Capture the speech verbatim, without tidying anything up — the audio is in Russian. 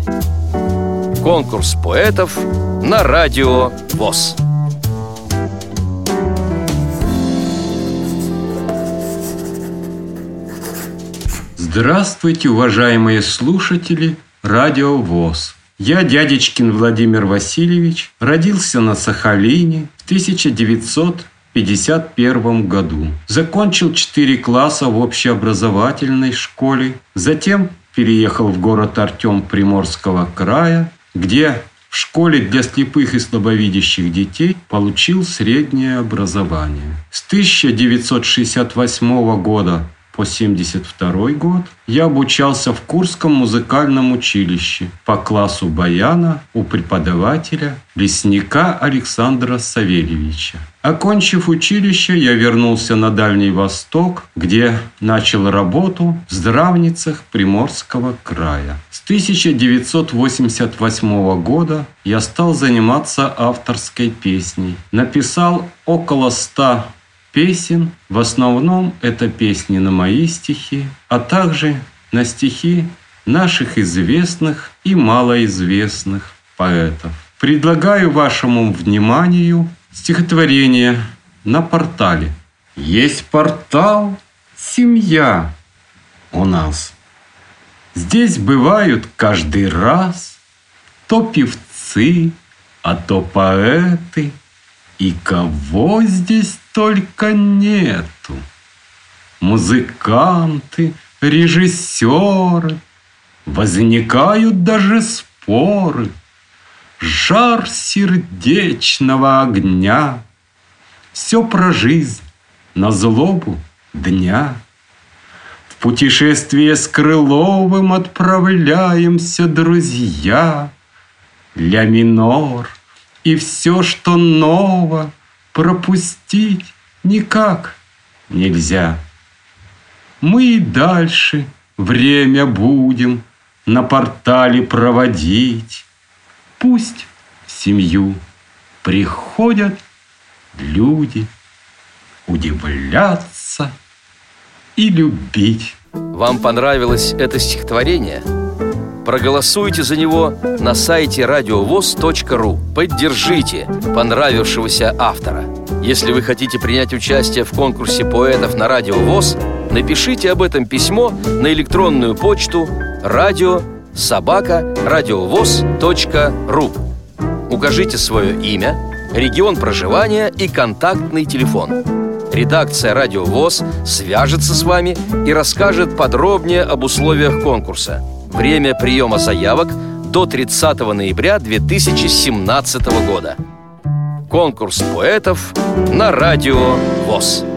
Конкурс поэтов на Радио ВОС. Здравствуйте, уважаемые слушатели Радио ВОС. Я, Дядечкин Владимир Васильевич, родился на Сахалине в тысяча девятьсот пятьдесят первом году. Закончил четыре класса в общеобразовательной школе. Затем переехал в город Артем Приморского края, где в школе для слепых и слабовидящих детей получил среднее образование. С тысяча девятьсот шестьдесят восьмого года по семьдесят второй год я обучался в Курском музыкальном училище по классу баяна у преподавателя лесника Александра Савельевича. Окончив училище, я вернулся на Дальний Восток, где начал работу в здравницах Приморского края. С тысяча девятьсот восемьдесят восьмого года я стал заниматься авторской песней. Написал около ста песен. В основном это песни на мои стихи, а также на стихи наших известных и малоизвестных поэтов. Предлагаю вашему вниманию стихотворение на портале. Есть портал «Семья» у нас. Здесь бывают каждый раз то певцы, а то поэты, и кого здесь только нету. Музыканты, режиссеры, возникают даже споры. Жар сердечного огня. Все про жизнь на злобу дня. В путешествие с Крыловым отправляемся, друзья. Ля минор и все, что ново, пропустить никак нельзя. Мы и дальше время будем на портале проводить. Пусть в семью приходят люди удивляться и любить. Вам понравилось это стихотворение? Проголосуйте за него на сайте радиовос точка ру. Поддержите понравившегося автора. Если вы хотите принять участие в конкурсе поэтов на Радио ВОС, напишите об этом письмо на электронную почту радио собака радиовос точка ру. Укажите свое имя, регион проживания и контактный телефон. Редакция Радио ВОС свяжется с вами и расскажет подробнее об условиях конкурса. Время приема заявок до тридцатого ноября две тысячи семнадцатого года. Конкурс поэтов на Радио ВОС.